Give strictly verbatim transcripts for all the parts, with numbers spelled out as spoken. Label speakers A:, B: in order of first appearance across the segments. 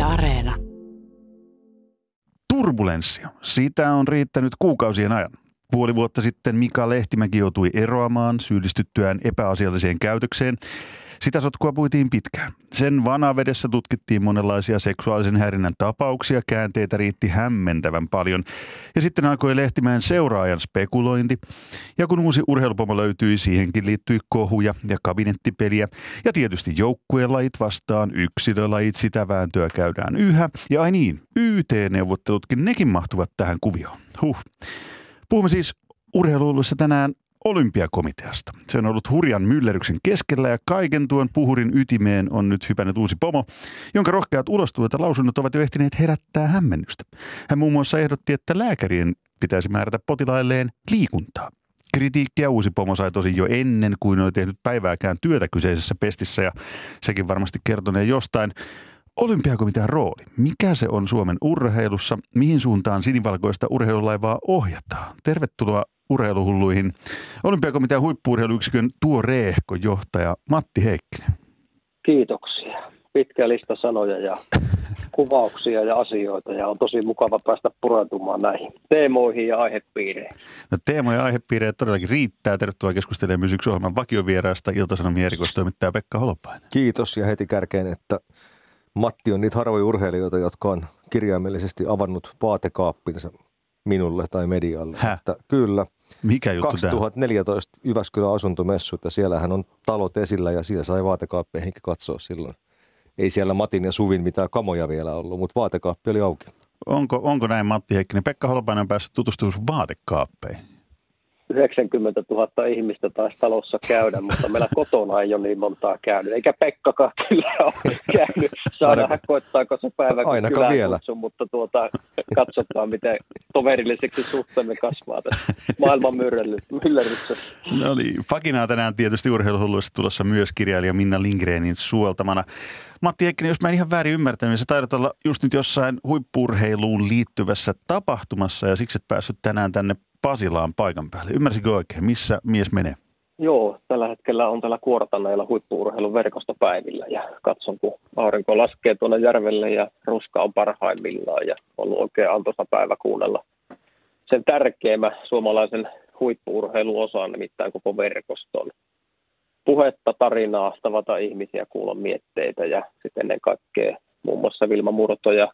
A: Areena.
B: Turbulenssia. Sitä on riittänyt kuukausien ajan. Puoli vuotta sitten Mika Lehtimäki joutui eroamaan syyllistyttyään epäasialliseen käytökseen. Sitä sotkua puitiin pitkään. Sen vanavedessä tutkittiin monenlaisia seksuaalisen häirinnän tapauksia, käänteitä riitti hämmentävän paljon. Ja sitten alkoi Lehtimäen seuraajan spekulointi. Ja kun uusi urheilupomo löytyi, siihenkin liittyi kohuja ja kabinettipeliä. Ja tietysti joukkuelajit vastaan yksilölajit, sitä vääntöä käydään yhä. Ja ai niin, Y T-neuvottelutkin, nekin mahtuvat tähän kuvioon. Huh. Puhumme siis urheiluuluissa tänään Olympiakomiteasta. Se on ollut hurjan myllerryksen keskellä ja kaiken tuon puhurin ytimeen on nyt hypännyt uusi pomo, jonka rohkeat ulostuvat ja lausunnot ovat jo ehtineet herättää hämmennystä. Hän muun muassa ehdotti, että lääkärien pitäisi määrätä potilailleen liikuntaa. Kritiikkiä uusi pomo sai tosin jo ennen kuin oli tehnyt päivääkään työtä kyseisessä pestissä ja sekin varmasti kertonee jostain. Olympiakomitean rooli. Mikä se on Suomen urheilussa? Mihin suuntaan sinivalkoista urheilulaivaa ohjataan? Tervetuloa urheiluhulluihin. Olympiakomitean huippu-urheiluyksikön tuoreehko johtaja Matti Heikkinen.
C: Kiitoksia. Pitkä lista sanoja ja kuvauksia ja asioita ja on tosi mukava päästä pureutumaan näihin teemoihin ja aihepiireihin.
B: No, teemoja ja aihepiirejä todellakin riittää. Tervetuloa keskustelemaan myös yksi ohjelman vakiovieraasta, Ilta-Sanomien erikoistoimittaja Pekka Holopainen.
D: Kiitos ja heti kärkeen, että Matti on niitä harvoja urheilijoita, jotka on kirjaimellisesti avannut vaatekaappinsa minulle tai medialle. Että kyllä.
B: Mikä juttu
D: kaksituhattaneljätoista tämä? Jyväskylän asuntomessut ja siellähän on talot esillä ja siellä sai vaatekaappeihinkin katsoa silloin. Ei siellä Matin ja Suvin mitään kamoja vielä ollut, mutta vaatekaappi oli auki.
B: Onko, onko näin, Matti Heikkinen? Pekka Holopainen on päässyt tutustumaan vaatekaappeihin.
C: yhdeksänkymmentätuhatta ihmistä taisi talossa käydä, mutta meillä kotona ei ole niin montaa käynyt. Eikä Pekkakaan kyllä ole käynyt. Saa nähdä, koittaako se päivä, kun kylään kutsu, mutta tuota, katsotaan, miten toverilliseksi suhteemme kasvaa tässä maailman myllerryksessä.
B: No niin, fakinaa tänään tietysti urheiluhulluissa tulossa myös kirjailija Minna Lindgrenin suoltamana. Matti Heikkinen, jos mä en ihan väärin ymmärtänyt, niin sä taidat olla just nyt jossain huippu-urheiluun liittyvässä tapahtumassa ja siksi et päässyt tänään tänne Pasilaan paikan päälle. Ymmärsikö oikein? Missä mies menee?
C: Joo, tällä hetkellä on täällä Kuortaneilla huippu-urheilun verkostopäivillä ja katson, kun aurinko laskee tuonne järvelle ja ruska on parhaimmillaan ja on ollut oikein antoisa päivä kuunnella sen tärkeimmän suomalaisen huippu-urheiluosan, nimittäin koko verkoston puhetta, tarinaa, tavata ihmisiä, kuulla mietteitä ja sitten ennen kaikkea muun muassa Vilma Murto ja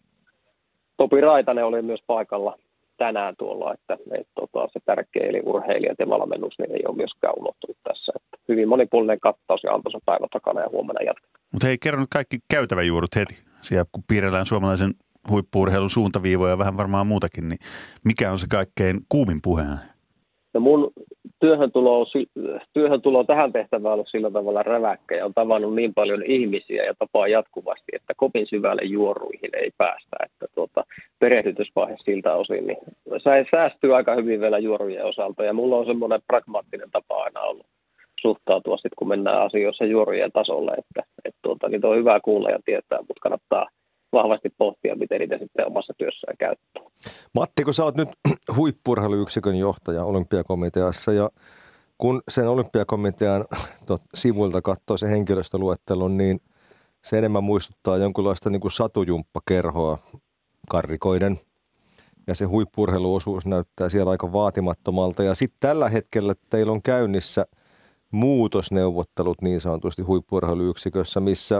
C: Topi Raitanen oli myös paikalla tänään tuolla, että, että tota, se tärkeä eli urheilijat ja valmennus niin ei ole myöskään unohtunut tässä. Että hyvin monipuolinen kattaus ja antoisa päivä takana ja huomenna jatketaan.
B: Mutta hei, kerro nyt kaikki käytäväjuurut heti. Siellä kun piirrellään suomalaisen huippu-urheilun suuntaviivoja ja vähän varmaan muutakin, niin mikä on se kaikkein kuumin puheen?
C: No mun työhön tulo, työhön tulo tähän tehtävään on ollut sillä tavalla räväkkä ja on tavannut niin paljon ihmisiä ja tapaa jatkuvasti, että kovin syvälle juoruihin ei päästä. Että tuota, perehdytysvaihe siltä osin, niin säästyy aika hyvin vielä juorujen osalta ja mulla on semmoinen pragmaattinen tapa aina ollut suhtautua sitten, kun mennään asioissa juorujen tasolle, että et tuota, niitä on hyvä kuulla ja tietää, mutta kannattaa vahvasti pohtia, miten niitä sitten omassa työssään käyttää.
D: Matti, kun sä oot nyt huippu-urheiluyksikön johtaja Olympiakomiteassa ja kun sen Olympiakomitean sivuilta katsoo se henkilöstöluettelon, niin se enemmän muistuttaa jonkinlaista niin kuin satujumppakerhoa karrikoiden. Ja se huippu-urheiluosuus näyttää siellä aika vaatimattomalta. Ja sitten tällä hetkellä teillä on käynnissä muutosneuvottelut niin sanotusti huippu-urheiluyksikössä, missä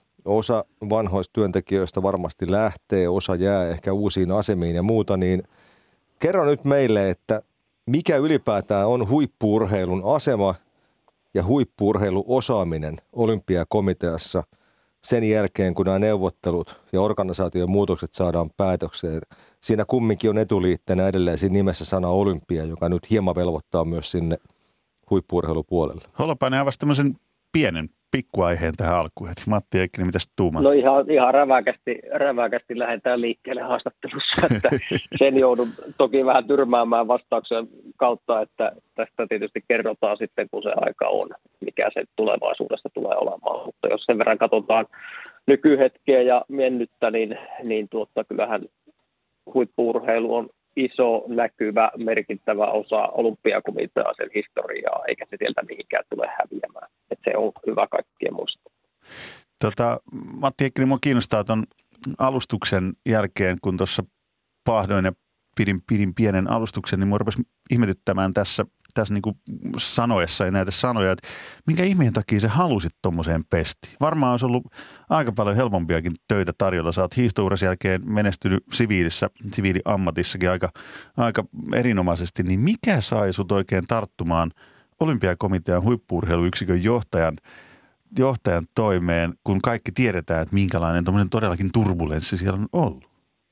D: osa vanhoista työntekijöistä varmasti lähtee, osa jää ehkä uusiin asemiin ja muuta, niin kerro nyt meille, että mikä ylipäätään on huippu-urheilun asema ja huippu-urheiluosaaminen Olympiakomiteassa sen jälkeen, kun nämä neuvottelut ja organisaation muutokset saadaan päätökseen. Siinä kumminkin on etuliitteenä edelleen siinä nimessä sana olympia, joka nyt hieman velvoittaa myös sinne huippu-urheilupuolelle.
B: Holopainen avasi tämmöisen pienen pikkuaiheen tähän alkuun. Matti Heikkinen, mitäs tuumaat?
C: No ihan, ihan räväkästi, räväkästi lähdetään liikkeelle haastattelussa, että sen joudun toki vähän tyrmäämään vastauksen kautta, että tästä tietysti kerrotaan sitten, kun se aika on, mikä se tulevaisuudesta tulee olemaan. Mutta jos sen verran katsotaan nykyhetkeä ja mennyttä, niin, niin tuotta, kyllähän huippu-urheilu on iso, näkyvä, merkittävä osa Olympiakomiteaa, sen historiaa, eikä se sieltä mihinkään tule häviämään. Että se on hyvä kaikkien muistaa.
B: Tota, Matti Heikkinen, minua kiinnostaa tuon alustuksen jälkeen, kun tuossa pahdoin ja pidin, pidin pienen alustuksen, niin minua rupesi ihmetyttämään tässä, tässä niin kuin sanoessa ja näitä sanoja, että minkä ihmeen takia sä halusit tommoseen pestiin. Varmaan olisi ollut aika paljon helpompiakin töitä tarjolla. Sä oot hiihtourasi jälkeen menestynyt siviilissä, siviiliammatissakin aika, aika erinomaisesti, niin mikä sai sut oikein tarttumaan Olympiakomitean huippu-urheiluyksikön johtajan johtajan toimeen, kun kaikki tiedetään, että minkälainen tommoinen todellakin turbulenssi siellä on ollut?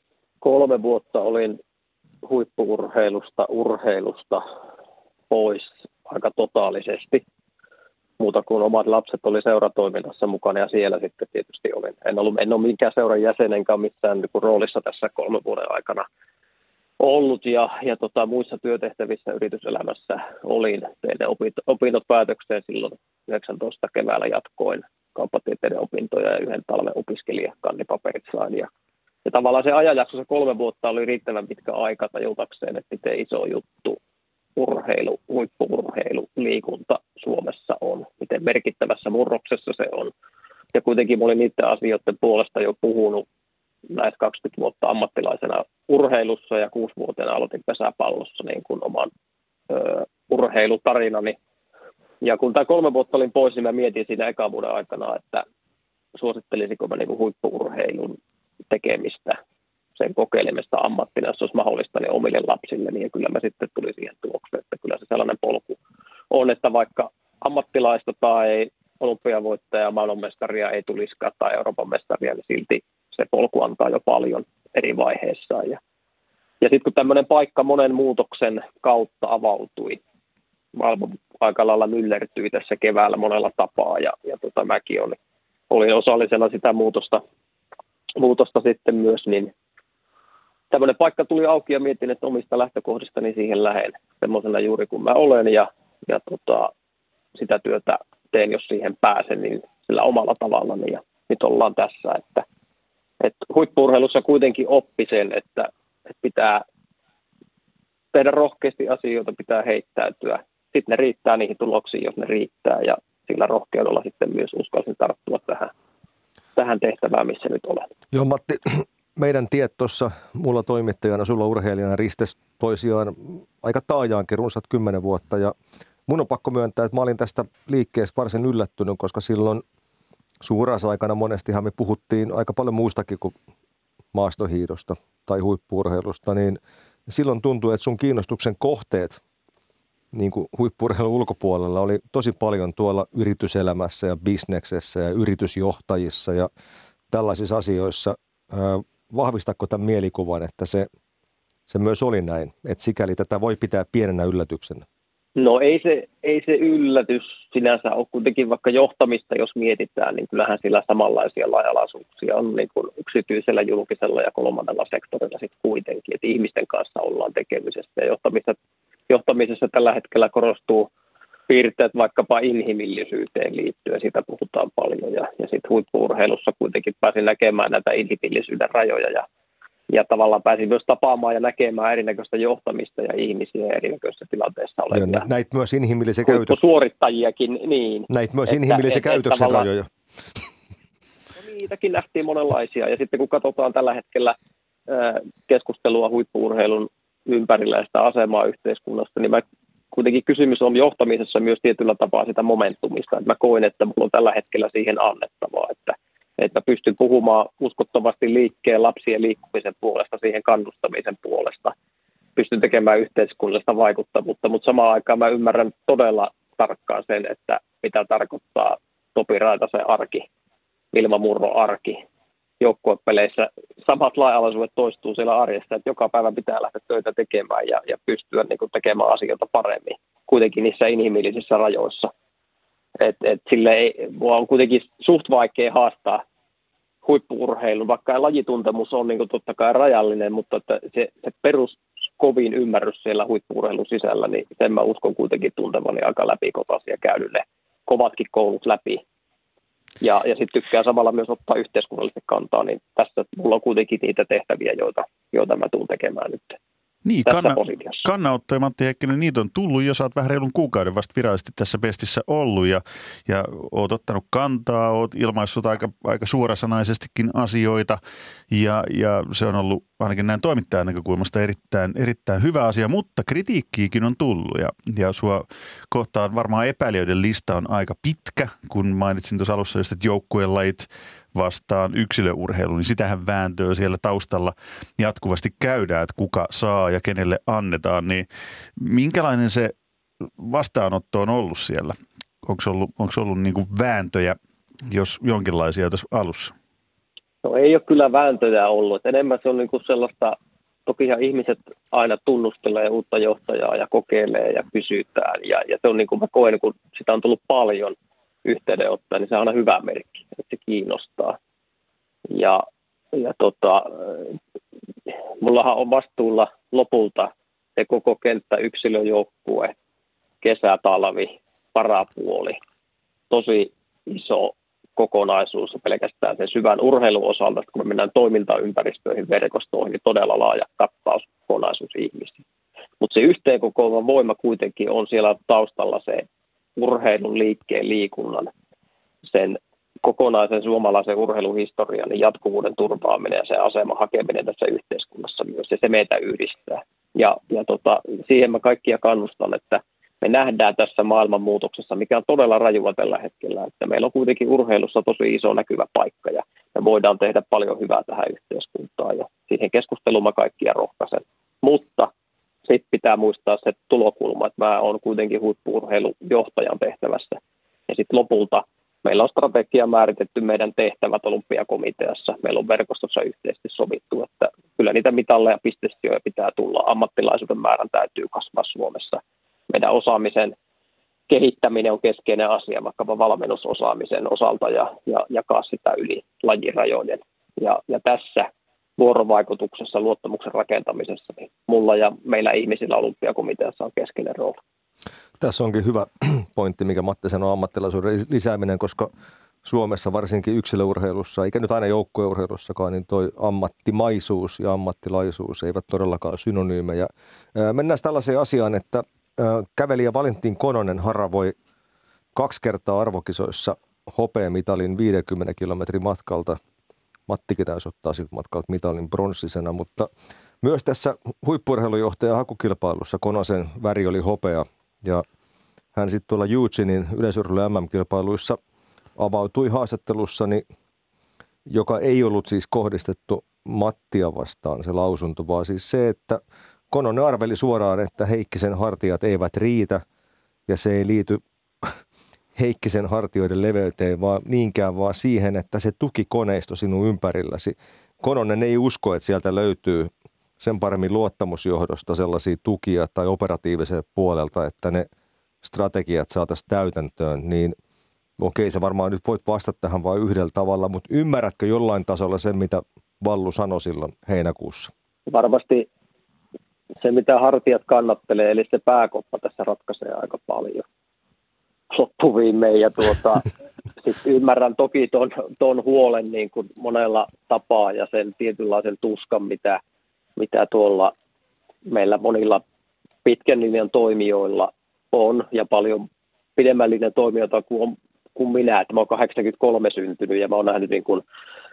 C: Kolme vuotta olin huippu-urheilusta, urheilusta pois aika totaalisesti. Muuta kuin omat lapset oli seuratoiminnassa mukana ja siellä sitten tietysti olin. En, ollut, en ole minkään seuran jäsenenkaan missään niin kuin roolissa tässä kolmen vuoden aikana ollut ja, ja tota, muissa työtehtävissä yrityselämässä olin. Tein opit, opinnot päätökseen silloin yhdeksäntoista keväällä jatkoin kauppatieteiden opintoja ja yhden talven opiskelijakandipaperit sain. Ja, ja tavallaan se ajanjakso, se kolme vuotta oli riittävän pitkä aika tajutakseen, että miten iso juttu urheilu, huippu-urheilu, liikunta Suomessa on. Miten merkittävässä murroksessa se on. Ja kuitenkin mä olin niiden asioiden puolesta jo puhunut näistä kaksikymmentä vuotta ammattilaisena urheilussa ja kuusivuotiaana aloitin pesäpallossa niin kuin oman ö, urheilutarinani. Ja kun tämä kolme vuotta olin pois, niin mä mietin siinä ekan vuoden aikana, että suosittelisinko mä niin kuin huippu-urheilun tekemistä, sen kokeilemista ammattina, jos olisi mahdollista niin omille lapsille. Niin ja kyllä mä sitten tulin siihen tulokseen, että kyllä se sellainen polku on, että vaikka ammattilaista tai olympiavoittajaa, maailmanmestaria ei tulisikaan tai Euroopan mestaria, niin silti se polku antaa jo paljon eri vaiheissaan. Ja, ja sitten kun tämmöinen paikka monen muutoksen kautta avautui, maailman aika lailla myllertyi tässä keväällä monella tapaa, ja, ja tota, mäkin olin, olin osallisena sitä muutosta, muutosta sitten myös, niin tämmöinen paikka tuli auki ja mietin, että omista lähtökohdistani siihen lähden semmoisena juuri kuin mä olen, ja, ja tota, sitä työtä teen, jos siihen pääsen, niin sillä omalla tavallani, ja nyt ollaan tässä, että että huippu-urheilussa kuitenkin oppi sen, että, että pitää tehdä rohkeasti asioita, pitää heittäytyä. Sitten ne riittää niihin tuloksiin, jos ne riittää, ja sillä rohkeudella sitten myös uskalsin tarttua tähän, tähän tehtävään, missä nyt olen.
D: Joo, Matti, meidän tiet tuossa mulla toimittajana, sulla urheilijana ristes toisiaan aika taajaankin, runsaat kymmenen vuotta, ja mun on pakko myöntää, että mä olin tästä liikkeestä varsin yllättynyt, koska silloin sun urasi aikana monestihan me puhuttiin aika paljon muustakin kuin maastohiidosta tai huippu-urheilusta, niin silloin tuntui, että sun kiinnostuksen kohteet niin kuin huippu-urheilun ulkopuolella oli tosi paljon tuolla yrityselämässä ja bisneksessä ja yritysjohtajissa ja tällaisissa asioissa. Vahvistatko tämän mielikuvan, että se, se myös oli näin, että sikäli tätä voi pitää pienenä yllätyksenä?
C: No ei se, ei se yllätys sinänsä ole kuitenkin, vaikka johtamista jos mietitään, niin kyllähän sillä samanlaisia laajalaisuuksia on niin kuin yksityisellä, julkisella ja kolmannella sektorilla sitten kuitenkin, että ihmisten kanssa ollaan tekemisessä ja johtamisessa, johtamisessa tällä hetkellä korostuu piirteet vaikkapa inhimillisyyteen liittyen, siitä puhutaan paljon ja, ja sitten huippu-urheilussa kuitenkin pääsin näkemään näitä inhimillisyyden rajoja ja Ja tavallaan pääsin myös tapaamaan ja näkemään erinäköistä johtamista ja ihmisiä erinäköisissä tilanteissa olevia.
D: Näit myös inhimillisen käytöksen.
C: Suorittajiakin, niin.
D: Näit myös inhimillisen käytöksen rajoja.
C: No, niitäkin nähtiin monenlaisia. Ja sitten kun katsotaan tällä hetkellä äh, keskustelua huippu-urheilun ympärillä ja sitä asemaa yhteiskunnasta, niin mä, kuitenkin kysymys on johtamisessa myös tietyllä tapaa sitä momentumista. Että mä koen, että mulla on tällä hetkellä siihen annettavaa, että että pystyn puhumaan uskottavasti liikkeen lapsien liikkumisen puolesta, siihen kannustamisen puolesta. Pystyn tekemään yhteiskunnallista vaikuttavuutta, mutta samaan aikaan mä ymmärrän todella tarkkaan sen, että mitä tarkoittaa Topi Raitasen arki, Vilma Murron arki. Joukkuepeleissä samat lainalaisuudet toistuu siellä arjessa, että joka päivä pitää lähteä töitä tekemään ja, ja pystyä niin kuin tekemään asioita paremmin, kuitenkin niissä inhimillisissä rajoissa. Että et sille ei, mua on kuitenkin suht vaikea haastaa huippu-urheilun, vaikka lajituntemus on niin kuin totta kai rajallinen, mutta että se, se perus kovin ymmärrys siellä huippu-urheilun sisällä, niin sen mä uskon kuitenkin tuntevani aika läpikotaisia ja käynyt ne kovatkin koulut läpi. Ja, ja sitten tykkää samalla myös ottaa yhteiskunnallisesti kantaa, niin tässä mulla on kuitenkin niitä tehtäviä, joita, joita mä tuun tekemään nyt.
B: Niin,
C: tässä
B: kanna,
C: positiossa.
B: kannanottoja, Matti Heikkinen, niitä on tullut jo, sä oot vähän reilun kuukauden vasta virallisesti tässä pestissä ollut ja, ja oot ottanut kantaa, oot ilmaissut aika, aika suorasanaisestikin asioita ja, ja se on ollut ainakin näin toimittajan näkökulmasta erittäin, erittäin hyvä asia, mutta kritiikkiikin on tullut ja, ja sua kohtaan varmaan epäilijöiden lista on aika pitkä, kun mainitsin tuossa alussa just, että joukkueen lajit vastaan yksilöurheilu, niin sitähän vääntöä siellä taustalla jatkuvasti käydään, että kuka saa ja kenelle annetaan, niin minkälainen se vastaanotto on ollut siellä? Onko ollut, onko ollut niin kuin vääntöjä, jos jonkinlaisia tässä alussa?
C: No ei ole kyllä vääntöjä ollut. Enemmän se on niin kuin sellaista, tokihan ihmiset aina tunnustelee uutta johtajaa ja kokeilee ja kysytään. Ja, ja se on niin kuin mä koen, kun sitä on tullut paljon yhteydenottoja, niin se on aina hyvä merkki, että se kiinnostaa. Ja, ja tota, mullahan on vastuulla lopulta se koko kenttä yksilöjoukkue, kesä, talvi, parapuoli. Tosi iso kokonaisuus pelkästään sen syvän urheilun osalta, kun me mennään toimintaympäristöihin, verkostoihin, niin todella laaja kattaus kokonaisuus ihmisiä. Mutta se yhteenkokoava voima kuitenkin on siellä taustalla se urheilun, liikkeen, liikunnan, sen kokonaisen suomalaisen urheiluhistorian niin jatkuvuuden turvaaminen ja sen aseman hakeminen tässä yhteiskunnassa myös, ja se meitä yhdistää. Ja, ja tota, siihen mä kaikkia kannustan, että me nähdään tässä maailmanmuutoksessa, mikä on todella rajua tällä hetkellä, että meillä on kuitenkin urheilussa tosi iso näkyvä paikka, ja me voidaan tehdä paljon hyvää tähän yhteiskuntaan, ja siihen keskusteluun mä kaikkia rohkaisen. Mutta sitten pitää muistaa se tulokulma, että mä oon kuitenkin huippu-urheilujohtajan tehtävässä, ja sitten lopulta meillä on strategia määritetty meidän tehtävät Olympiakomiteassa. Meillä on verkostossa yhteisesti sovittu, että kyllä niitä mitalleja ja pistesijoja pitää tulla. Ammattilaisuuden määrän täytyy kasvaa Suomessa. Meidän osaamisen kehittäminen on keskeinen asia, vaikkapa valmennusosaamisen osalta ja, ja jakaa sitä yli lajirajojen. Ja, ja tässä vuorovaikutuksessa, luottamuksen rakentamisessa, niin mulla ja meillä ihmisillä Olympiakomiteassa on keskeinen rooli.
D: Tässä onkin hyvä pointti, mikä Matti sanoi, ammattilaisuuden lisääminen, koska Suomessa varsinkin yksilöurheilussa, eikä nyt aina joukkueurheilussakaan, niin toi ammattimaisuus ja ammattilaisuus eivät todellakaan synonyymejä. Mennään tällaiseen asiaan, että kävelijä Valentin Kononen haravoi kaksi kertaa arvokisoissa hopeamitalin viidenkymmenen kilometrin matkalta. Mattikin taisi ottaa siltä matkalta mitalin pronssisena, mutta myös tässä huippu-urheilujohtajan hakukilpailussa Konosen väri oli hopea. Ja hän sitten tuolla Eugenein yleisurheilu M M-kilpailuissa avautui haastattelussani, joka ei ollut siis kohdistettu Mattia vastaan se lausunto, vaan siis se, että Kononen arveli suoraan, että Heikkisen hartiat eivät riitä ja se ei liity Heikkisen hartioiden leveyteen, vaan niinkään vaan siihen, että se tukikoneisto sinun ympärilläsi. Kononen ei usko, että sieltä löytyy sen paremmin luottamusjohdosta sellaisia tukia tai operatiivisen puolelta, että ne strategiat saataisiin täytäntöön, niin okei, sä varmaan nyt voit vastata tähän vain yhdellä tavalla, mutta ymmärrätkö jollain tasolla sen, mitä Vallu sanoi silloin heinäkuussa? Varmasti
C: se, mitä hartiat kannattelee, eli se pääkoppa tässä ratkaisee aika paljon loppuviimein. Ja tuota, sitten ymmärrän toki ton, ton huolen niin kuin monella tapaa ja sen tietynlaisen tuskan, mitä, mitä tuolla meillä monilla pitkän linjan toimijoilla on ja paljon pidemmän linjan toimijoita kuin, kuin minä. Että mä oon kahdeksankymmentäkolme syntynyt ja mä oon nähnyt niin kuin,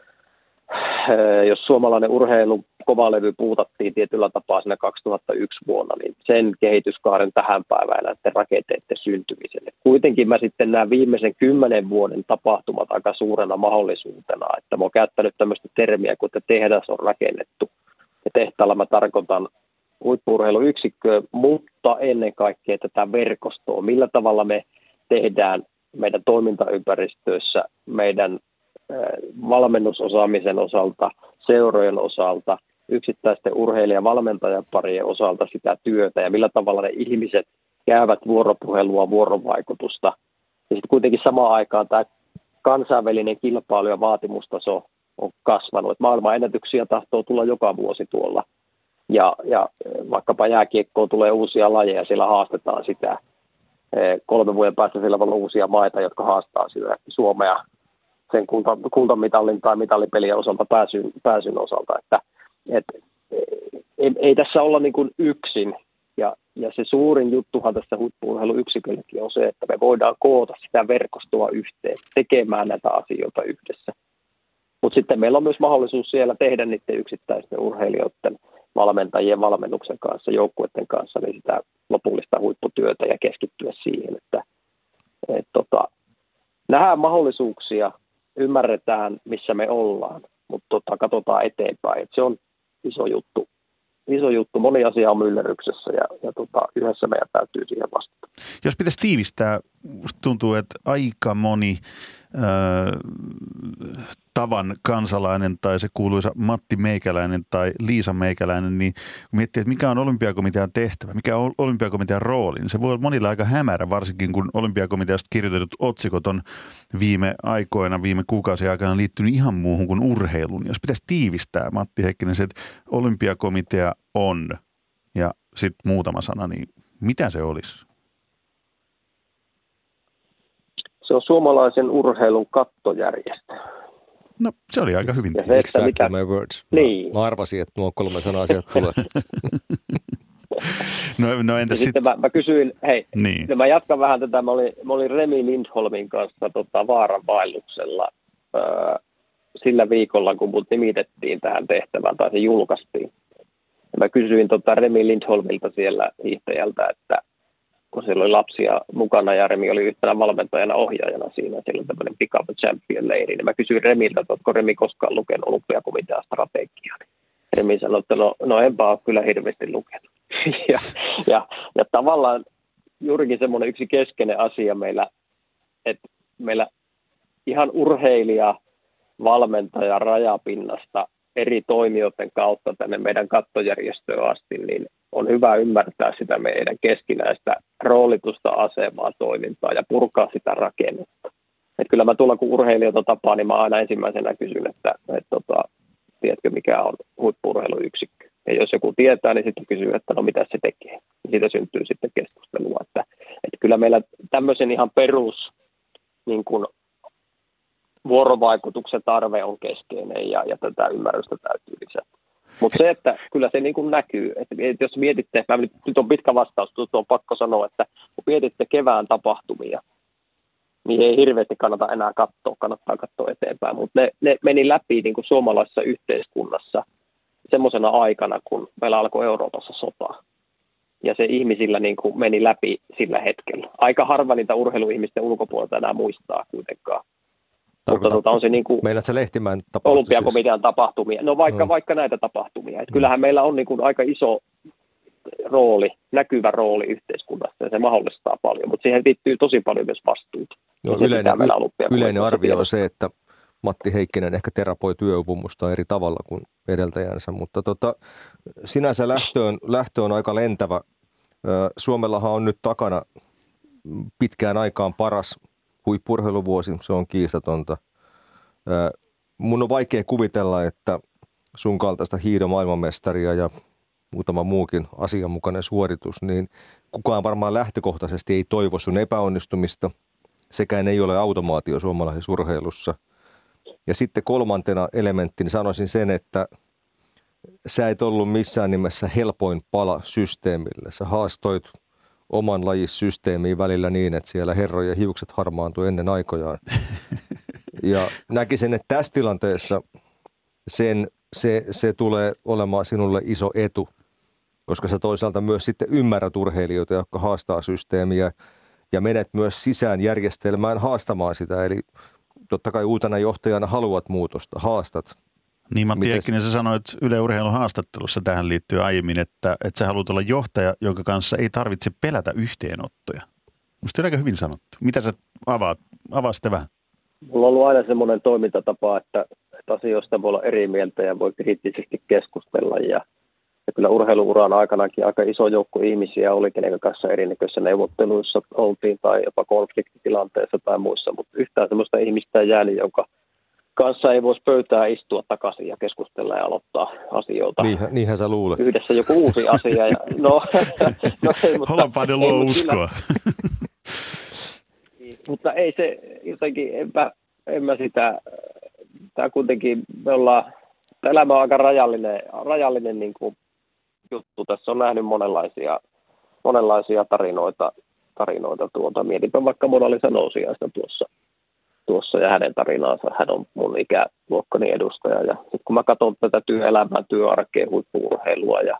C: jos suomalainen urheilu kovalevy puutattiin tietyllä tapaa siinä kaksituhattayksi vuonna, niin sen kehityskaaren tähän päivään näiden rakenteiden syntymiselle. Kuitenkin mä sitten näen viimeisen kymmenen vuoden tapahtumat aika suurena mahdollisuutena, että mä oon käyttänyt tämmöistä termiä, kun tehdas on rakennettu. Ja tehtaalla mä tarkoitan huippu-urheiluyksikköä, mutta ennen kaikkea tätä verkostoa. Millä tavalla me tehdään meidän toimintaympäristöissä, meidän valmennusosaamisen osalta, seurojen osalta, yksittäisten urheilija-valmentajaparien osalta sitä työtä ja millä tavalla ne ihmiset käyvät vuoropuhelua, vuorovaikutusta. Ja sitten kuitenkin samaan aikaan tämä kansainvälinen kilpailu ja vaatimustaso on kasvanut. Et maailman ennätyksiä tahtoo tulla joka vuosi tuolla. Ja, ja vaikkapa jääkiekkoon tulee uusia lajeja ja siellä haastetaan sitä. Kolmen vuoden päästä siellä on uusia maita, jotka haastaa sitä Suomea sen kultamitalin tai mitallipelien osalta pääsyn, pääsyn osalta, että et, ei, ei tässä olla niin kuin yksin. Ja, ja se suurin juttuhan tässä huippu-urheiluyksikölläkin on se, että me voidaan koota sitä verkostoa yhteen, tekemään näitä asioita yhdessä. Mutta sitten meillä on myös mahdollisuus siellä tehdä niiden yksittäisten urheilijoiden, valmentajien valmennuksen kanssa, joukkueiden kanssa, niin sitä lopullista huipputyötä ja keskittyä siihen, että et tota, nähdään mahdollisuuksia, ymmärretään, missä me ollaan, mutta tota, katsotaan eteenpäin. Et se on iso juttu. Iso juttu. Moni asia on myllerryksessä ja, ja tota, yhdessä meidän täytyy siihen vastata.
B: Jos pitäisi tiivistää, tuntuu, että aika moni ö, tavan kansalainen tai se kuuluisa Matti Meikäläinen tai Liisa Meikäläinen, niin kun miettii, että mikä on olympiakomitean tehtävä, mikä on olympiakomitean rooli, niin se voi olla monilla aika hämärä, varsinkin kun olympiakomiteasta kirjoitetut otsikot on viime aikoina, viime kuukausien aikana liittynyt ihan muuhun kuin urheiluun. Jos pitäisi tiivistää, Matti Heikkinen, se, että olympiakomitea on ja sitten muutama sana, niin mitä se olisi?
C: Se on suomalaisen urheilun kattojärjestö.
B: No, se oli aika hyvin.
C: Se,
D: exactly
C: mitä...
D: my words.
C: Niin.
D: Mä arvasin, että nuo kolme sanaa sieltä tulee.
B: no, no entäs sitten?
C: Sit mä, mä kysyin, hei,
B: niin.
C: no mä jatkan vähän tätä. Mä olin, mä olin Remi Lindholmin kanssa tota, Vaaran vaelluksella öö, sillä viikolla, kun mut nimitettiin tähän tehtävään, tai se julkaistiin. Ja mä kysyin tota Remi Lindholmilta siellä hiihtäjältä, että kun siellä oli lapsia mukana ja Remi oli yhtenä valmentajana ohjaajana siinä, siellä on tämmöinen Pick Up Champion-leiri, niin mä kysyin Remiltä, että oletko Remi koskaan lukenut olympiakomitean strategiaa. Remi sanoi, että no, no enpä ole kyllä hirveästi lukenut. ja, ja, ja tavallaan juurikin semmoinen yksi keskeinen asia meillä, että meillä ihan urheilija, valmentaja rajapinnasta eri toimijoiden kautta tänne meidän kattojärjestöön asti, niin on hyvä ymmärtää sitä meidän keskinäistä roolitusta, asemaa, toimintaa ja purkaa sitä rakennetta. Et kyllä mä tulla kun urheilijoita tapaan, niin mä aina ensimmäisenä kysyn, että et, tota, tiedätkö mikä on huippu-urheiluyksikkö. Ja jos joku tietää, niin sitten kysyy, että no mitä se tekee. Ja siitä syntyy sitten keskustelua. Että, että kyllä meillä tämmöisen ihan perus niin kuin vuorovaikutuksen tarve on keskeinen ja, ja tätä ymmärrystä täytyy lisätä. Mutta se, että kyllä se niin kuin näkyy, että jos mietitte, mä nyt on pitkä vastaus, mutta on pakko sanoa, että kun mietitte kevään tapahtumia, niin ei hirveästi kannata enää katsoa, kannattaa katsoa eteenpäin, mutta ne, ne meni läpi niin kuin suomalaisessa yhteiskunnassa semmoisena aikana, kun meillä alkoi Euroopassa sota. Ja se ihmisillä niin kuin meni läpi sillä hetkellä. Aika harva niitä urheiluihmisten ulkopuolelta enää muistaa kuitenkaan. Mutta tuota, on se niin kuin
D: Lehtimäen
C: olympiakomitean tapahtumia. No vaikka, no. vaikka näitä tapahtumia. Et kyllähän meillä on niin kuin aika iso rooli, näkyvä rooli yhteiskunnassa ja se mahdollistaa paljon, mutta siihen liittyy tosi paljon myös vastuuta.
D: No, yleinen yleinen arvio on se, että Matti Heikkinen ehkä terapoi työupumusta eri tavalla kuin edeltäjänsä, mutta tota, sinänsä lähtö on, lähtö on aika lentävä. Suomellahan on nyt takana pitkään aikaan paras huippu-urheiluvuosi, se on kiistatonta. Mun on vaikea kuvitella, että sun kaltaista hiidon maailmanmestaria ja muutama muukin asianmukainen suoritus, niin kukaan varmaan lähtökohtaisesti ei toivo sun epäonnistumista. Sekään ei ole automaatio suomalaisessa urheilussa. Ja sitten kolmantena elementtinä sanoisin sen, että sä et ollut missään nimessä helpoin pala systeemille. Sä haastoit oman lajissysteemiin välillä niin, että siellä herrojen hiukset harmaantui ennen aikojaan. Ja näkisin, että tässä tilanteessa sen, se, se tulee olemaan sinulle iso etu, koska sä toisaalta myös sitten ymmärrät urheilijoita, jotka haastaa systeemiä ja menet myös sisään järjestelmään haastamaan sitä. Eli totta kai uutena johtajana haluat muutosta, haastat.
B: Niin Matti Heikkinen, sä sanoit Yle Urheilun haastattelussa tähän liittyen aiemmin, että, että sä haluat olla johtaja, jonka kanssa ei tarvitse pelätä yhteenottoja. Musta on aika hyvin sanottu. Mitä sä avaat? Avaa sitä vähän.
C: Mulla on ollut aina semmoinen toimintatapa, että, että asioista voi olla eri mieltä ja voi kriittisesti keskustella. Ja, ja kyllä urheiluuran aikanakin aika iso joukko ihmisiä oli, kenen kanssa erinäköisissä neuvotteluissa oltiin tai jopa konfliktitilanteessa tai muissa. Mutta yhtään semmoista ihmistä ei jäänyt, jonka kanssa ei voisi pöytää istua takaisin ja keskustella ja aloittaa asioita.
D: Niinhän, niinhän sä luulet.
C: Yhdessä joku uusi asia. Ja, no, no ei, mutta...
B: Holopainen luo uskoa.
C: Mutta ei se jotenkin, enpä, en mä sitä, tämä kuitenkin, me ollaan, elämä on aika rajallinen, rajallinen niin kuin juttu. Tässä on nähnyt monenlaisia, monenlaisia tarinoita. tarinoita tuota. Mietipä vaikka Mona Lisa Nousiaista tuossa, tuossa ja hänen tarinaansa. Hän on mun ikäluokkani edustaja. Ja sitten kun mä katson tätä työelämää, työarkea, huippu-urheilua ja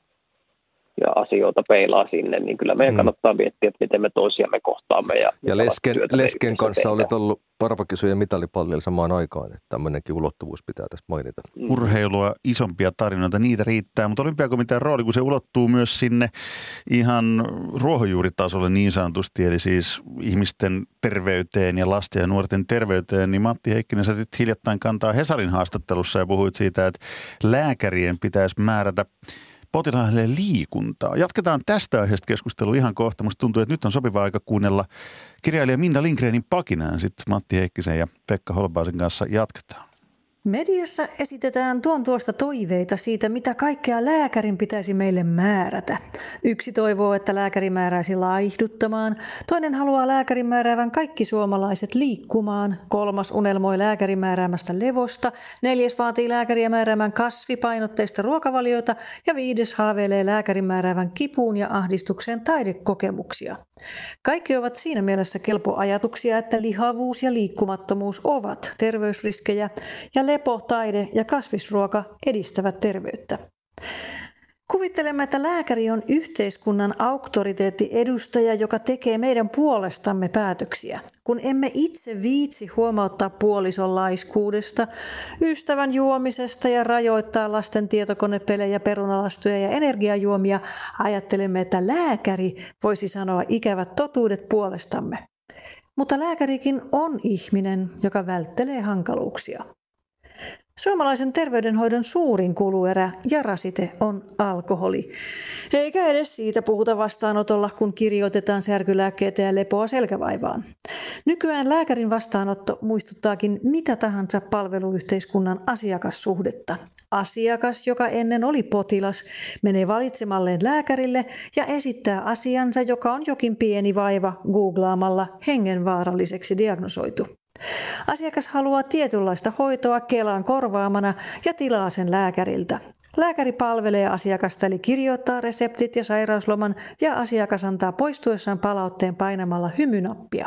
C: ja asioita peilaa sinne, niin kyllä meidän kannattaa miettiä, että miten me toisiamme kohtaamme. Ja,
D: ja lesken, lesken kanssa olet ollut varpakisojen mitalipallilla samaan aikaan, että tämmöinenkin ulottuvuus pitää tässä mainita.
B: Urheilua, isompia tarinoita, niitä riittää, mutta olympiakomitean rooli, kun se ulottuu myös sinne ihan ruohonjuuritasolle niin sanotusti, eli siis ihmisten terveyteen ja lasten ja nuorten terveyteen, niin Matti Heikkinen, sä hiljattain kantaa Hesarin haastattelussa ja puhuit siitä, että lääkärien pitäisi määrätä potilaille liikuntaa. Jatketaan tästä aiheesta keskustelua ihan kohta. Musta tuntuu, että nyt on sopiva aika kuunnella kirjailija Minna Lindgrenin pakinaan. Sitten Matti Heikkisen ja Pekka Holbaasin kanssa jatketaan.
A: Mediassa esitetään tuon tuosta toiveita siitä, mitä kaikkea lääkärin pitäisi meille määrätä. Yksi toivoo, että lääkäri määräisi laihduttamaan, toinen haluaa lääkärin määräävän kaikki suomalaiset liikkumaan, kolmas unelmoi lääkärin määräämästä levosta, neljäs vaatii lääkäriä määräämään kasvipainotteista ruokavalioita ja viides haaveilee lääkärin määräävän kipuun ja ahdistukseen taidekokemuksia. Kaikki ovat siinä mielessä kelpo ajatuksia, että lihavuus ja liikkumattomuus ovat terveysriskejä ja lepo, taide ja kasvisruoka edistävät terveyttä. Kuvittelemme, että lääkäri on yhteiskunnan auktoriteettiedustaja, joka tekee meidän puolestamme päätöksiä. Kun emme itse viitsi huomauttaa puolison laiskuudesta, ystävän juomisesta ja rajoittaa lasten tietokonepelejä, perunalastuja ja energiajuomia, ajattelemme, että lääkäri voisi sanoa ikävät totuudet puolestamme. Mutta lääkärikin on ihminen, joka välttelee hankaluuksia. Suomalaisen terveydenhoidon suurin kuluerä ja rasite on alkoholi. Eikä edes siitä puhuta vastaanotolla, kun kirjoitetaan särkylääkkeitä ja lepoa selkävaivaan. Nykyään lääkärin vastaanotto muistuttaakin mitä tahansa palveluyhteiskunnan asiakassuhdetta. Asiakas, joka ennen oli potilas, menee valitsemalleen lääkärille ja esittää asiansa, joka on jokin pieni vaiva googlaamalla hengenvaaralliseksi diagnosoitu. Asiakas haluaa tietynlaista hoitoa Kelan korvaamana ja tilaa sen lääkäriltä. Lääkäri palvelee asiakasta eli kirjoittaa reseptit ja sairausloman ja asiakas antaa poistuessaan palautteen painamalla hymynappia.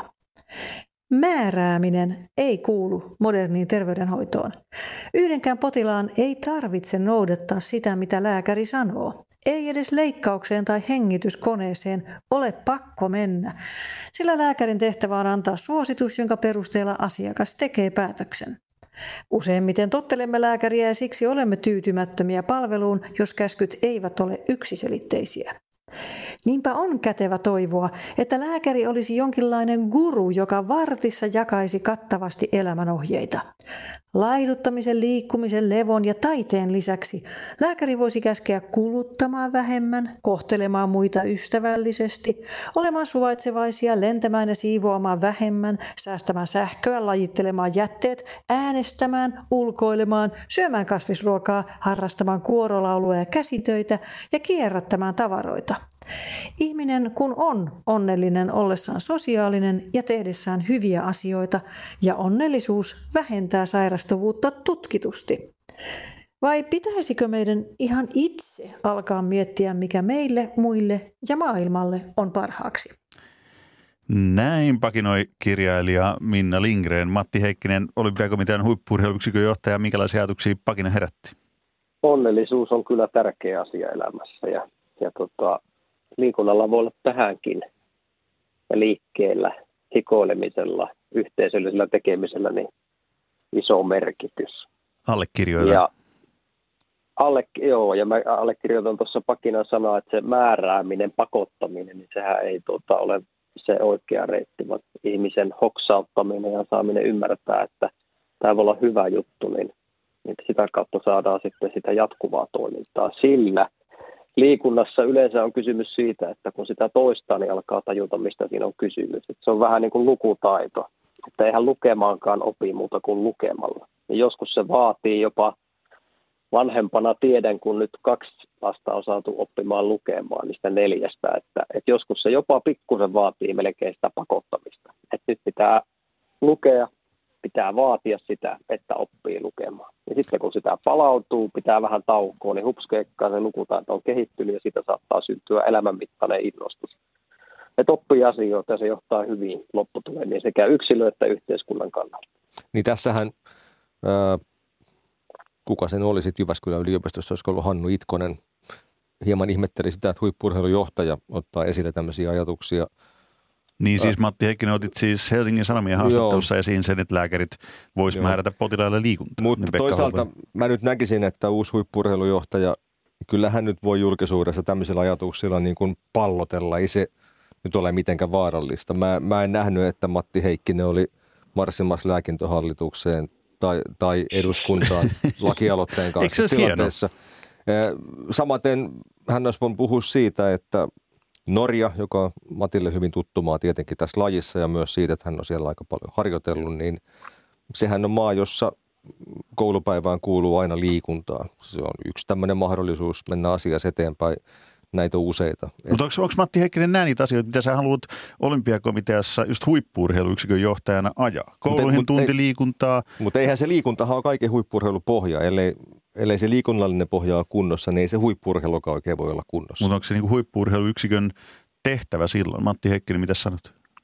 A: Määrääminen ei kuulu moderniin terveydenhoitoon. Yhdenkään potilaan ei tarvitse noudattaa sitä, mitä lääkäri sanoo. Ei edes leikkaukseen tai hengityskoneeseen ole pakko mennä, sillä lääkärin tehtävä on antaa suositus, jonka perusteella asiakas tekee päätöksen. Useimmiten tottelemme lääkäriä ja siksi olemme tyytymättömiä palveluun, jos käskyt eivät ole yksiselitteisiä. Niinpä on kätevä toivoa, että lääkäri olisi jonkinlainen guru, joka vartissa jakaisi kattavasti elämänohjeita. Laiduttamisen, liikkumisen, levon ja taiteen lisäksi lääkäri voisi käskeä kuluttamaan vähemmän, kohtelemaan muita ystävällisesti, olemaan suvaitsevaisia, lentämään ja siivoamaan vähemmän, säästämään sähköä, lajittelemaan jätteet, äänestämään, ulkoilemaan, syömään kasvisruokaa, harrastamaan kuorolaulua ja käsitöitä ja kierrättämään tavaroita. Ihminen kun on onnellinen ollessaan sosiaalinen ja tehdessään hyviä asioita, ja onnellisuus vähentää sairastuvuutta tutkitusti. Vai pitäisikö meidän ihan itse alkaa miettiä, mikä meille, muille ja maailmalle on parhaaksi?
B: Näin pakinoi kirjailija Minna Lindgren. Matti Heikkinen, Olympiakomitean huippu-urheiluyksikön johtaja. Minkälaisia ajatuksia pakina herätti?
C: Onnellisuus on kyllä tärkeä asia elämässä ja, ja tota, liikunnalla voi olla tähänkin ja liikkeellä, hikoilemisella, yhteisöllisellä tekemisellä niin iso merkitys.
B: Allekirjoitan.
C: Ja, alle, joo, ja mä allekirjoitan tuossa pakinan sanaa, että se määrääminen, pakottaminen, niin sehän ei tuota, ole se oikea reitti, vaan ihmisen hoksauttaminen ja saaminen ymmärtää, että tämä voi olla hyvä juttu, niin, niin sitä kautta saadaan sitten sitä jatkuvaa toimintaa. Sillä liikunnassa yleensä on kysymys siitä, että kun sitä toistaa, niin alkaa tajuta, mistä siinä on kysymys. Että se on vähän niin kuin lukutaito, että eihän lukemaankaan opi muuta kuin lukemalla. Ja joskus se vaatii jopa vanhempana tiedän, kun nyt kaksi lasta on saatu oppimaan lukemaan niistä neljästä, että, että joskus se jopa pikkusen vaatii melkein sitä pakottamista. Että nyt pitää lukea pitää vaatia sitä, että oppii lukemaan. Ja sitten kun sitä palautuu, pitää vähän taukoa, niin hupskeikkaa se lukutaito on kehittynyt ja siitä saattaa syntyä elämänmittainen innostus. Että oppii asioita ja se johtaa hyvin lopputulemiin sekä yksilö- että yhteiskunnan kannalta.
D: Niin tässähän, ää, kuka sen oli sitten Jyväskylän yliopistossa, olisiko ollut Hannu Itkonen, hieman ihmetteli sitä, että huippu-urheilujohtaja ottaa esille tämmöisiä ajatuksia.
B: Niin siis Matti Heikkinen, otit siis Helsingin Sanomien haastattelussa Joo. esiin sen, että lääkärit vois määrätä potilaille liikuntaa.
D: Mutta niin toisaalta Holpen. Mä nyt näkisin, että uusi huippu-urheilujohtaja, kyllähän nyt voi julkisuudessa tämmöisillä ajatuksilla niin kuin pallotella. Ei se nyt ole mitenkään vaarallista. Mä, mä en nähnyt, että Matti Heikkinen oli marssimassa lääkintöhallitukseen tai, tai eduskuntaan lakialoitteen kanssa tilanteessa. Samaten hän olisi voinut puhua siitä, että Norja, joka on Matille hyvin tuttu maa tietenkin tässä lajissa ja myös siitä, että hän on siellä aika paljon harjoitellut, niin sehän on maa, jossa koulupäivään kuuluu aina liikuntaa. Se on yksi tämmöinen mahdollisuus mennä asiassa eteenpäin. Näitä on useita.
B: Mutta onko, onko Matti Heikkinen nämä niitä asioita, mitä sä haluat olympiakomiteassa just huippu-urheiluyksikön johtajana ajaa? Kouluihin mut, tunti ei, liikuntaa.
D: Mutta eihän se liikuntahan ole kaiken huippu-urheilun pohja. Ellei, ellei se liikunnallinen pohja ole kunnossa, niin ei se huippu-urheilukaan oikein voi olla kunnossa.
B: Mutta onko se niinku huippu-urheiluyksikön tehtävä silloin? Matti Heikkinen, mitä sanot?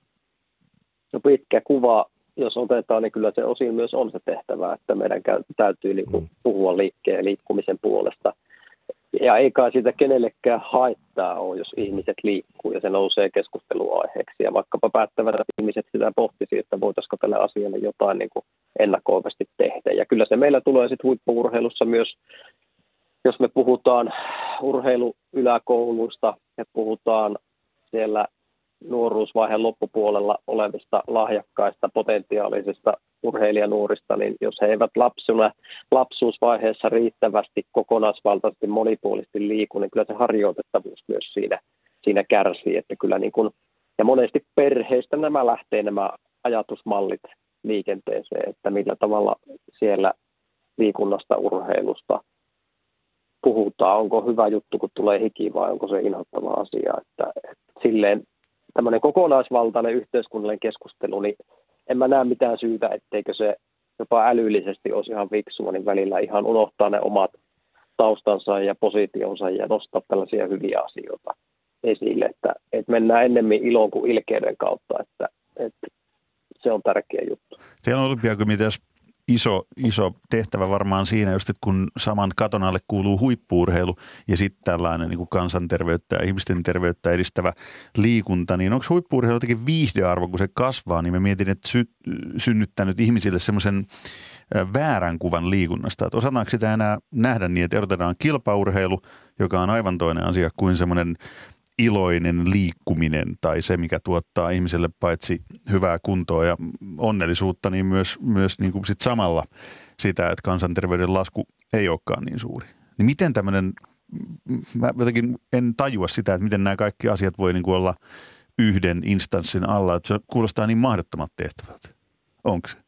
C: No pitkä kuva, jos otetaan, niin kyllä se osin myös on se tehtävä, että meidän täytyy niinku mm. puhua liikkeen ja liikkumisen puolesta. Ja ei kai siitä kenellekään haittaa ole, jos ihmiset liikkuu ja se nousee keskusteluaiheeksi. Ja vaikkapa päättävät ihmiset sitä pohtisi, että voitaisiko tälle asialle jotain niin kuin ennakoivasti tehdä. Ja kyllä se meillä tulee sitten huippu-urheilussa myös, jos me puhutaan urheiluyläkouluista ja puhutaan siellä nuoruusvaiheen loppupuolella olevista lahjakkaista potentiaalisista urheilijanuorista, niin jos he eivät lapsuna, lapsuusvaiheessa riittävästi kokonaisvaltaisesti monipuolisesti liiku, niin kyllä se harjoitettavuus myös siinä, siinä kärsii. Että kyllä niin kuin, ja monesti perheistä nämä lähtee nämä ajatusmallit liikenteeseen, että millä tavalla siellä liikunnasta, urheilusta puhutaan. Onko hyvä juttu, kun tulee hiki vai onko se inhottava asia. Että, että silleen tämmöinen kokonaisvaltainen yhteiskunnallinen keskustelu, niin en mä näe mitään syytä, etteikö se jopa älyllisesti olisi ihan fiksua, niin välillä ihan unohtaa ne omat taustansa ja positionsa ja nostaa tällaisia hyviä asioita esille, että, että mennään ennemmin ilon kuin ilkeyden kautta, että, että se on tärkeä juttu.
B: Teillä on olympiakomiteassa iso, iso tehtävä varmaan siinä, just, että kun saman katon alle kuuluu huippu-urheilu ja sitten tällainen niin kuin kansanterveyttä ja ihmisten terveyttä edistävä liikunta, niin onko huippu-urheilu jotenkin viihdearvo, kun se kasvaa, niin mä mietin, että sy- synnyttänyt ihmisille semmoisen väärän kuvan liikunnasta, että osataanko sitä enää nähdä niin, että erotetaan kilpaurheilu, joka on aivan toinen asia kuin semmoinen iloinen liikkuminen tai se, mikä tuottaa ihmiselle paitsi hyvää kuntoa ja onnellisuutta, niin myös, myös niin kuin sit samalla sitä, että kansanterveyden lasku ei olekaan niin suuri. Niin miten tämmöinen, mä jotenkin en tajua sitä, että miten nämä kaikki asiat voi niin kuin olla yhden instanssin alla, että se kuulostaa niin mahdottomat tehtävältä. Onko se?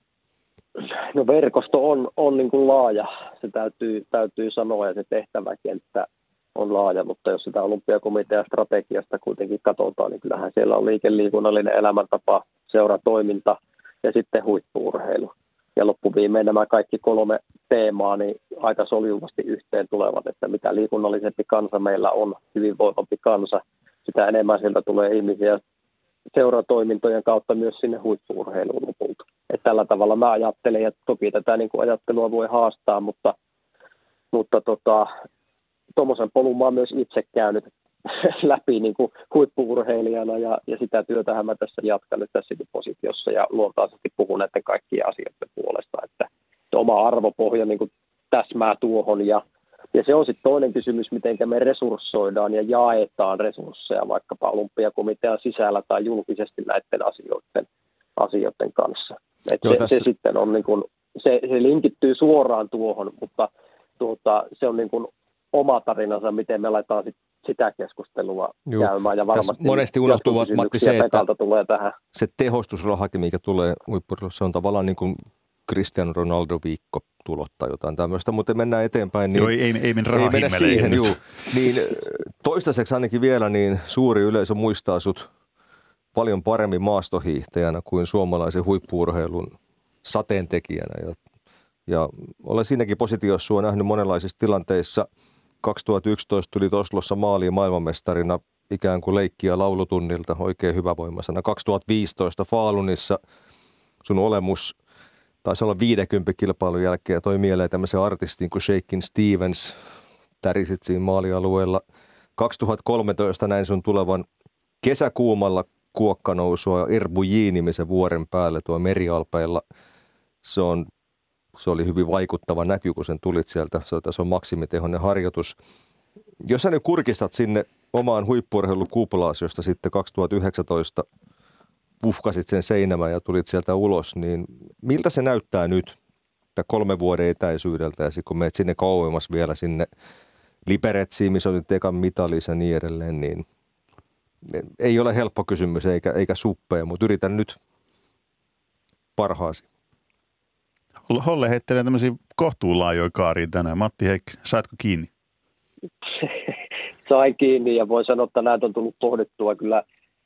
C: No verkosto on, on niin kuin laaja, se täytyy, täytyy sanoa ja se tehtäväkenttä on laaja, mutta jos sitä olympiakomitean strategiasta kuitenkin katsotaan, niin kyllähän siellä on liikeliikunnallinen elämäntapa, seuratoiminta ja sitten huippu-urheilu. Ja loppuviimein nämä kaikki kolme teemaa niin aika soljuvasti yhteen tulevat, että mitä liikunnallisempi kansa meillä on, hyvinvoivampi kansa, sitä enemmän sieltä tulee ihmisiä seuratoimintojen kautta myös sinne huippu-urheiluun lopulta. Että tällä tavalla mä ajattelen, ja toki tätä niin kuin ajattelua voi haastaa, mutta, mutta tota, tuommoisen polun mä oon myös itse käynyt läpi niin kuin huippu-urheilijana ja, ja sitä työtähän mä tässä jatkan nyt tässäkin positiossa ja luontaisesti puhun näiden kaikkien asioiden puolesta, että se oma arvopohja niin kuin täsmää tuohon ja, ja se on sitten toinen kysymys, miten me resurssoidaan ja jaetaan resursseja vaikkapa olympiakomitean sisällä tai julkisesti näiden asioiden, asioiden kanssa. Että se, tässä... se sitten on niin kuin, se, se linkittyy suoraan tuohon, mutta tuota, se on niin kuin oma tarinansa, miten me aletaan sit sitä keskustelua Juh. käymään. Ja varmasti
D: monesti unohtuu, Matti, se, että
C: tulee tähän.
D: Se tehostusrahakin, mikä tulee huippu-urheilussa, se on tavallaan niin kuin Cristiano Ronaldo-viikko tulot tai jotain tämmöistä, mutta mennään eteenpäin. Niin
B: Joo, ei, ei, ei,
D: ei mennä siihen. Juu. Niin, toistaiseksi ainakin vielä niin suuri yleisö muistaa sut paljon paremmin maastohiihtäjänä kuin suomalaisen huippu-urheilun sateentekijänä. Ja, ja olen siinäkin positiossa sua nähnyt monenlaisissa tilanteissa. kaksituhattayksitoista tuli Oslossa maaliin maailmanmestarina ikään kuin leikkiä laulutunnilta, oikein hyvävoimaisena. kaksituhattaviisitoista Falunissa sun olemus taisi olla viidenkymmenen kilpailun jälkeen ja toi mieleen tämmöisen artistin kuin Shakin Stevens, tärisit siinä maalialueella. kaksituhattakolmetoista näin sun tulevan kesäkuumalla kuokkanousua Erbuji-nimisen vuoren päälle tuo Merialpeilla. Se, on, se oli hyvin vaikuttava näky, kun sen tulit sieltä. Se on, se on maksimitehoinen harjoitus. Jos sä nyt kurkistat sinne omaan huippu-urheilukuplaan, josta sitten kaksituhattayhdeksäntoista puhkasit sen seinämään ja tulit sieltä ulos, niin miltä se näyttää nyt kolmen vuoden etäisyydeltä ja sitten kun menet sinne kauemmas vielä sinne Liberetsiin, missä on nyt ekan mitalissa ja niin edelleen, niin ei ole helppo kysymys eikä, eikä suppea, mutta yritän nyt parhaasi.
B: Holle heittelee tämmöisiä kohtuulaajoja kaariin tänään. Matti Heikki, saatko kiinni?
C: Sain kiinni ja voin sanoa, että näitä on tullut pohdittua kyllä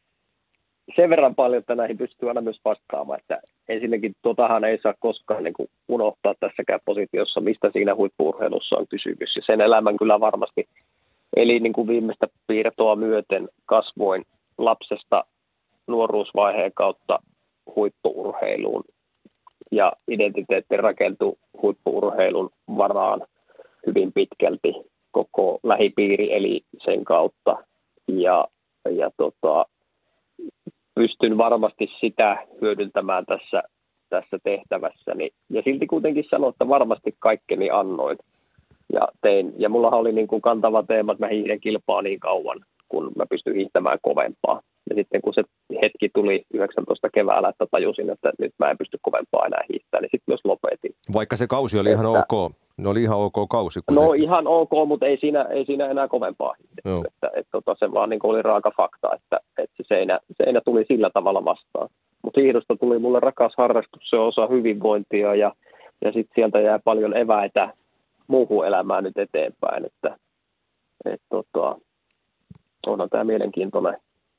C: sen verran paljon, että näihin pystyy aina myös vastaamaan. Että ensinnäkin totahan ei saa koskaan niin kuin unohtaa tässäkään positiossa, mistä siinä huippu-urheilussa on kysymys. Ja sen elämän kyllä varmasti eli niin kuin viimeistä piirtoa myöten kasvoin lapsesta nuoruusvaiheen kautta huippu-urheiluun. Ja identiteetti rakentui huippu-urheilun varaan hyvin pitkälti. Koko lähipiiri eli sen kautta. Ja, ja tota, pystyn varmasti sitä hyödyntämään tässä, tässä tehtävässäni. Ja silti kuitenkin sanon, että varmasti kaikkeni annoin ja tein. Ja mullahan oli niin kuin kantava teema, että mä hiihdän kilpaa niin kauan, kun mä pystyn hiihtämään kovempaa. Ja sitten kun se hetki tuli yhdeksäntoista keväällä, että tajusin, että nyt mä en pysty kovempaa enää hiihtää, niin sitten myös lopetin.
D: Vaikka se kausi oli että, ihan ok. Ne oli ihan ok kausi.
C: Kuitenkin. No ihan ok, mutta ei siinä, ei siinä enää kovempaa hiihdetty. Että, et, tota, se vaan niin oli raaka fakta, että, että se seinä, seinä tuli sillä tavalla vastaan. Mutta hiihdosta tuli mulle rakas harrastus, se on osa hyvinvointia ja, ja sitten sieltä jää paljon eväitä muuhun elämään nyt eteenpäin. Että, et, tota, onhan tämä mielenkiintoinen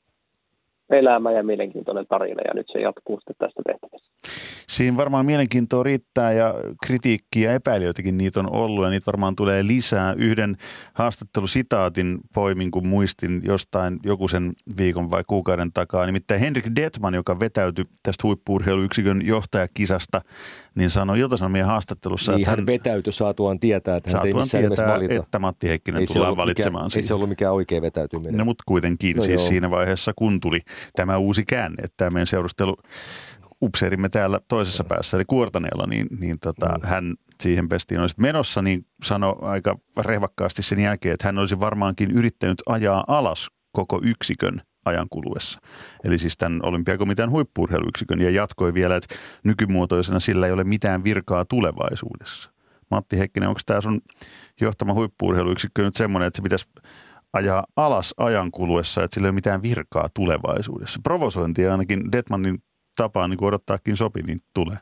C: elämä ja mielenkiintoinen tarina ja nyt se jatkuu sitten tästä tehtävässä.
B: Siinä varmaan mielenkiintoa riittää ja kritiikkiä ja epäilijöitäkin niitä on ollut ja niitä varmaan tulee lisää. Yhden haastattelusitaatin poimin, kun muistin jostain joku sen viikon vai kuukauden takaa. Nimittäin Henrik Detman, joka vetäytyi tästä huippu-urheiluyksikön johtajakisasta, niin sanoi Ilta-Sanomien haastattelussa,
D: niin
B: että
D: hän,
B: hän
D: vetäytyi saatuaan tietää, että hän ei
B: missään
D: nimessä valita.
B: Että Matti Heikkinen tullaan valitsemaan.
D: Mikään, ei se ollut mikään oikea vetäytyminen.
B: No mutta kuitenkin no siis joo. Siinä vaiheessa, kun tuli tämä uusi käänne, että tämä meidän seurustelu upseerimme täällä toisessa päässä, eli Kuortaneella, niin, niin tota, mm. hän siihen pestiin olisi menossa, niin sanoi aika rehvakkaasti sen jälkeen, että hän olisi varmaankin yrittänyt ajaa alas koko yksikön ajan kuluessa. Eli siis tämän olympiakomitean huippu-urheiluyksikön ja jatkoi vielä, että nykymuotoisena sillä ei ole mitään virkaa tulevaisuudessa. Matti Heikkinen, onko tämä sun johtama huippu-urheiluyksikkö nyt semmoinen, että se pitäisi ajaa alas ajan kuluessa, että sillä ei ole mitään virkaa tulevaisuudessa? Provosointia ainakin Detmanin tapaan niin odottaakin sopi, niin tulee.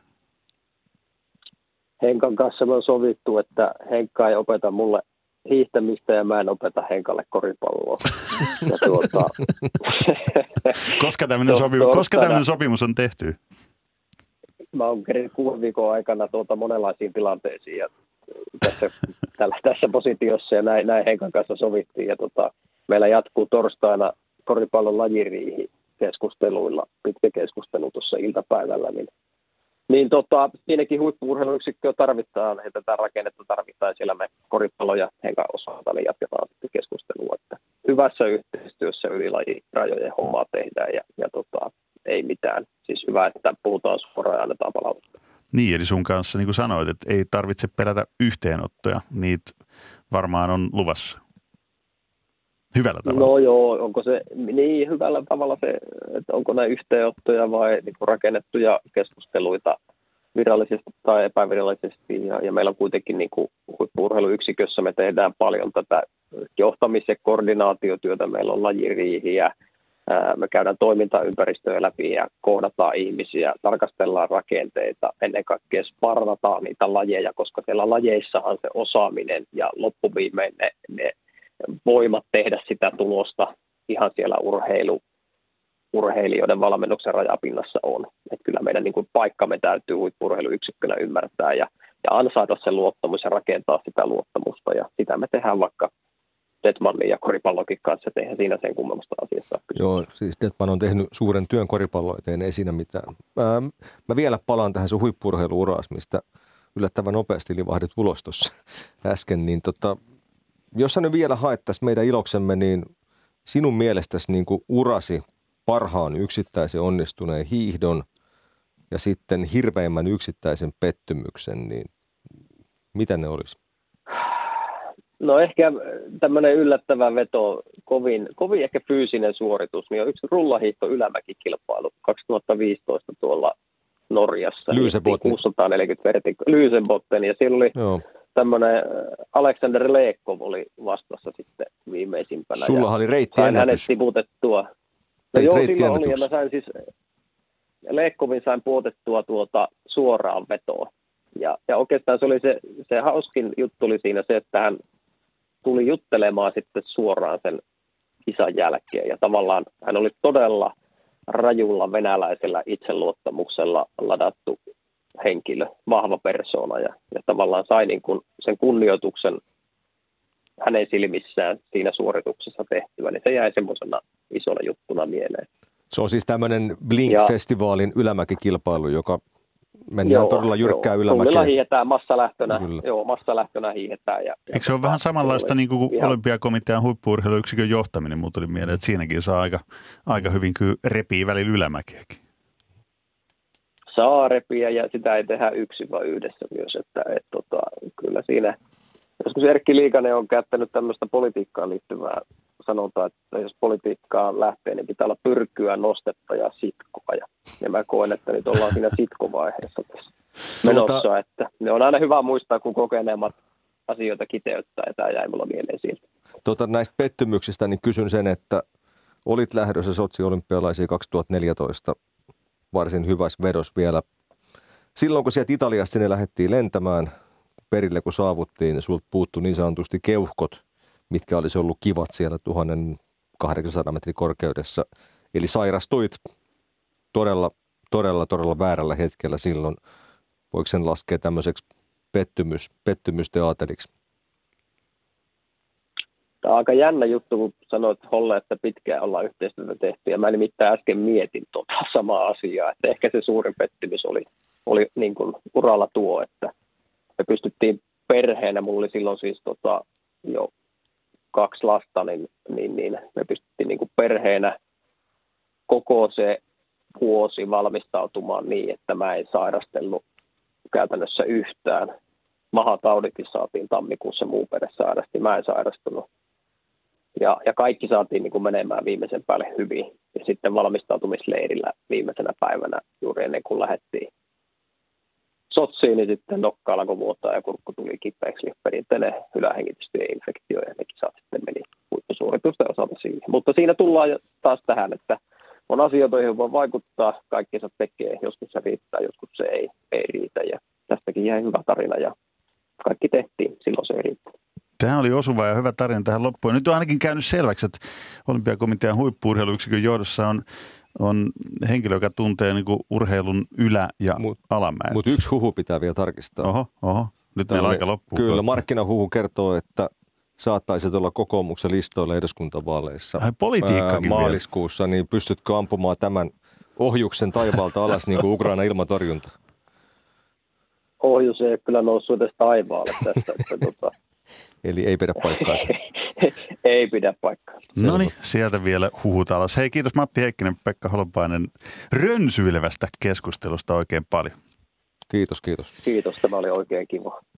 C: Henkan kanssa me on sovittu, että Henkka ei opeta mulle hiihtämistä ja mä en opeta Henkalle koripalloa. Ja tuota,
B: koska tämmöinen sopimus, koska tämmöinen sopimus on tehty?
C: Mä oon kerennyt kuuden viikon aikana tuota monenlaisiin tilanteisiin ja tässä, tällä, tässä positiossa ja näin, näin Henkan kanssa sovittiin. Ja tuota, meillä jatkuu torstaina koripallon lajiriihi keskusteluilla, pitkä keskustelu tuossa iltapäivällä, niin, niin tota, siinäkin huippu-urheiluyksikköä tarvitaan, ja tätä rakennetta tarvitaan, siellä me koripallo ja Henkan osalta, niin jatketaan sitten keskustelua, että hyvässä yhteistyössä yli lajirajojen hommaa tehdään, ja, ja tota, ei mitään. Siis hyvä, että puhutaan suoraan ja annetaan palautetta.
B: Niin, eli sun kanssa, niin kuin sanoit, että ei tarvitse pelätä yhteenottoja, niitä varmaan on luvassa. Hyvällä tavalla.
C: No joo, onko se niin hyvällä tavalla se, että onko ne yhteenottoja vai niin kuin rakennettuja keskusteluita virallisesti tai epävirallisesti. Ja, ja meillä on kuitenkin niin kuin huippu-urheiluyksikössä me tehdään paljon tätä johtamis- ja koordinaatiotyötä. Meillä on lajiriihiä, me käydään toimintaympäristöä läpi ja kohdataan ihmisiä, tarkastellaan rakenteita, ennen kaikkea sparrataan niitä lajeja, koska siellä lajeissahan se osaaminen ja loppuviimein ne, ne voimat tehdä sitä tulosta ihan siellä urheilu, urheilijoiden valmennuksen rajapinnassa on. Että kyllä meidän niin kuin paikkamme täytyy huippu-urheiluyksikkönä ymmärtää ja, ja ansaita sen luottamus ja rakentaa sitä luottamusta. Ja sitä me tehdään vaikka Detmanin ja koripallokin kanssa, tehdään siinä sen kummemmasta asiasta.
D: Joo, siis Detman on tehnyt suuren työn koripallon eteen, ei siinä mitään. Mä, mä vielä palaan tähän sun huippu-urheilu-uraas, mistä yllättävän nopeasti livahdit ulos tuossa äsken. Niin tota, jos sä nyt vielä haettaisiin meidän iloksemme, niin sinun mielestäsi niin kuin urasi parhaan yksittäisen onnistuneen hiihdon ja sitten hirveimmän yksittäisen pettymyksen, niin mitä ne olisi?
C: No ehkä tämmöinen yllättävä veto, kovin, kovin ehkä fyysinen suoritus, niin on yksi rullahiihto ylämäkikilpailu kaksituhattaviisitoista tuolla Norjassa.
D: Lysebotten.
C: kuusisataaneljäkymmentä vertikko, Lysebotten, ja siellä oli Joo. tämmöinen Aleksander Leekov oli vastassa sitten viimeisimpänä.
D: Sulla oli reittiennätys.
C: Sain hänet tiputettua. No joo, silloin oli, ja mä sain siis, Leekovin sain puotettua tuota suoraan vetoa. Ja, ja oikeastaan se oli se, se hauskin juttu oli siinä se, että hän tuli juttelemaan sitten suoraan sen kisan jälkeen. Ja tavallaan hän oli todella rajulla venäläisellä itseluottamuksella ladattu henkilö, vahva persoona. Ja, ja tavallaan sai niin kuin sen kunnioituksen hänen silmissään siinä suorituksessa tehtyä. Niin se jäi semmoisena isona juttuna mieleen.
D: Se on siis tämmöinen Blink-festivaalin ylämäkikilpailu, joka mennään joo, todella jyrkkää
C: joo.
D: ylämäkeä.
C: Tunnilla hiihetään massalähtönä. Kyllä. Joo, massalähtönä hiihetään. Ja,
B: Eikö se ole vähän samanlaista niin kuin ihan olympiakomitean huippu-urheiluyksikön johtaminen? Mulla tuli mieleen, että siinäkin saa aika, aika hyvin kyllä repii välillä ylämäkeäkin.
C: Saa repiä ja sitä ei tehdä yksin vaan yhdessä myös. Että, et, tota, kyllä siinä, joskus Erkki Liikanen on käyttänyt tämmöistä politiikkaan liittyvää sanotaan, että jos politiikkaan lähtee, niin pitää olla pyrkyä, nostetta ja sitkoa. Ja, ja mä koen, että nyt ollaan siinä sitkovaiheessa tässä menossa. Että ne on aina hyvä muistaa, kun kokeneemmat asioita kiteyttää, ja tämä jäi mulla mieleen siitä.
D: Tota, näistä pettymyksistä niin kysyn sen, että olit lähdössä Sotsi-olympialaisiin kaksituhattaneljätoista varsin hyvässä vedos vielä. Silloin, kun sieltä Italiasta sinne lähdettiin lentämään perille, kun saavuttiin, niin sulta puuttui niin sanotusti keuhkot, mitkä olisi ollut kivat siellä tuhatkahdeksansadan metrin korkeudessa. Eli sairastuit todella, todella, todella väärällä hetkellä silloin. Voiko sen laskea tämmöiseksi pettymys, pettymysteateriksi?
C: Tämä on aika jännä juttu, kun sanoit Holle, että pitkään ollaan yhteistyötä tehty. Ja mä nimittäin äsken mietin tuota samaa asiaa. Että ehkä se suurin pettymys oli, oli niin kuin uralla tuo, että me pystyttiin perheenä. Mulla oli silloin siis tota, jo kaksi lasta, niin, niin, niin me pystyttiin niin kuin perheenä koko se vuosi valmistautumaan niin, että mä en sairastellut käytännössä yhtään. Mahatauditkin saatiin tammikuussa, muu perhe sairasti, mä en sairastunut. Ja, ja kaikki saatiin niin kuin menemään viimeisen päälle hyvin. Ja sitten valmistautumisleirillä viimeisenä päivänä, juuri ennen kuin lähdettiin Sotsiin, niin sitten nokka alkoi vuotaa ja kurkku tuli kipeäksi. Perinteinen ylähengitystieinfektio ja ne kisat sitten meni huippusuoritusten osalta siihen. Mutta siinä tullaan taas tähän, että on asioita, joihin voi vaikuttaa, kaikki se tekee, joskus se riittää, joskus se ei, ei riitä. Ja tästäkin jäi hyvä tarina ja kaikki tehtiin, silloin se ei riittää.
B: Tämä oli osuva ja hyvä tarina tähän loppuun. Nyt on ainakin käynyt selväksi, että Olympiakomitean huippu-urheiluyksikön johdossa on, on henkilö, joka tuntee niin kuin urheilun ylä- ja Mut, alamäet.
D: Mutta yksi huhu pitää vielä tarkistaa.
B: Oho, oho. Nyt Tämä meillä aika loppuu.
D: Kyllä, kohta. Markkinahuhu kertoo, että saattaisit olla kokoomuksen listoilla eduskuntavaaleissa
B: Ai, politiikkakin
D: ää, maaliskuussa, vielä. Niin pystytkö ampumaan tämän ohjuksen taivaalta alas niin kuin Ukraina ilmatorjunta?
C: Ohjus ei kyllä noussut edes taivaalle tästä. Että, tota...
D: Eli ei pidä paikkaansa.
C: Ei pidä paikkaansa.
B: No niin, sieltä vielä huhut alas. Hei, kiitos Matti Heikkinen, Pekka Holopainen rönsyilevästä keskustelusta oikein paljon.
D: Kiitos, kiitos.
C: Kiitos, tämä oli oikein kiva.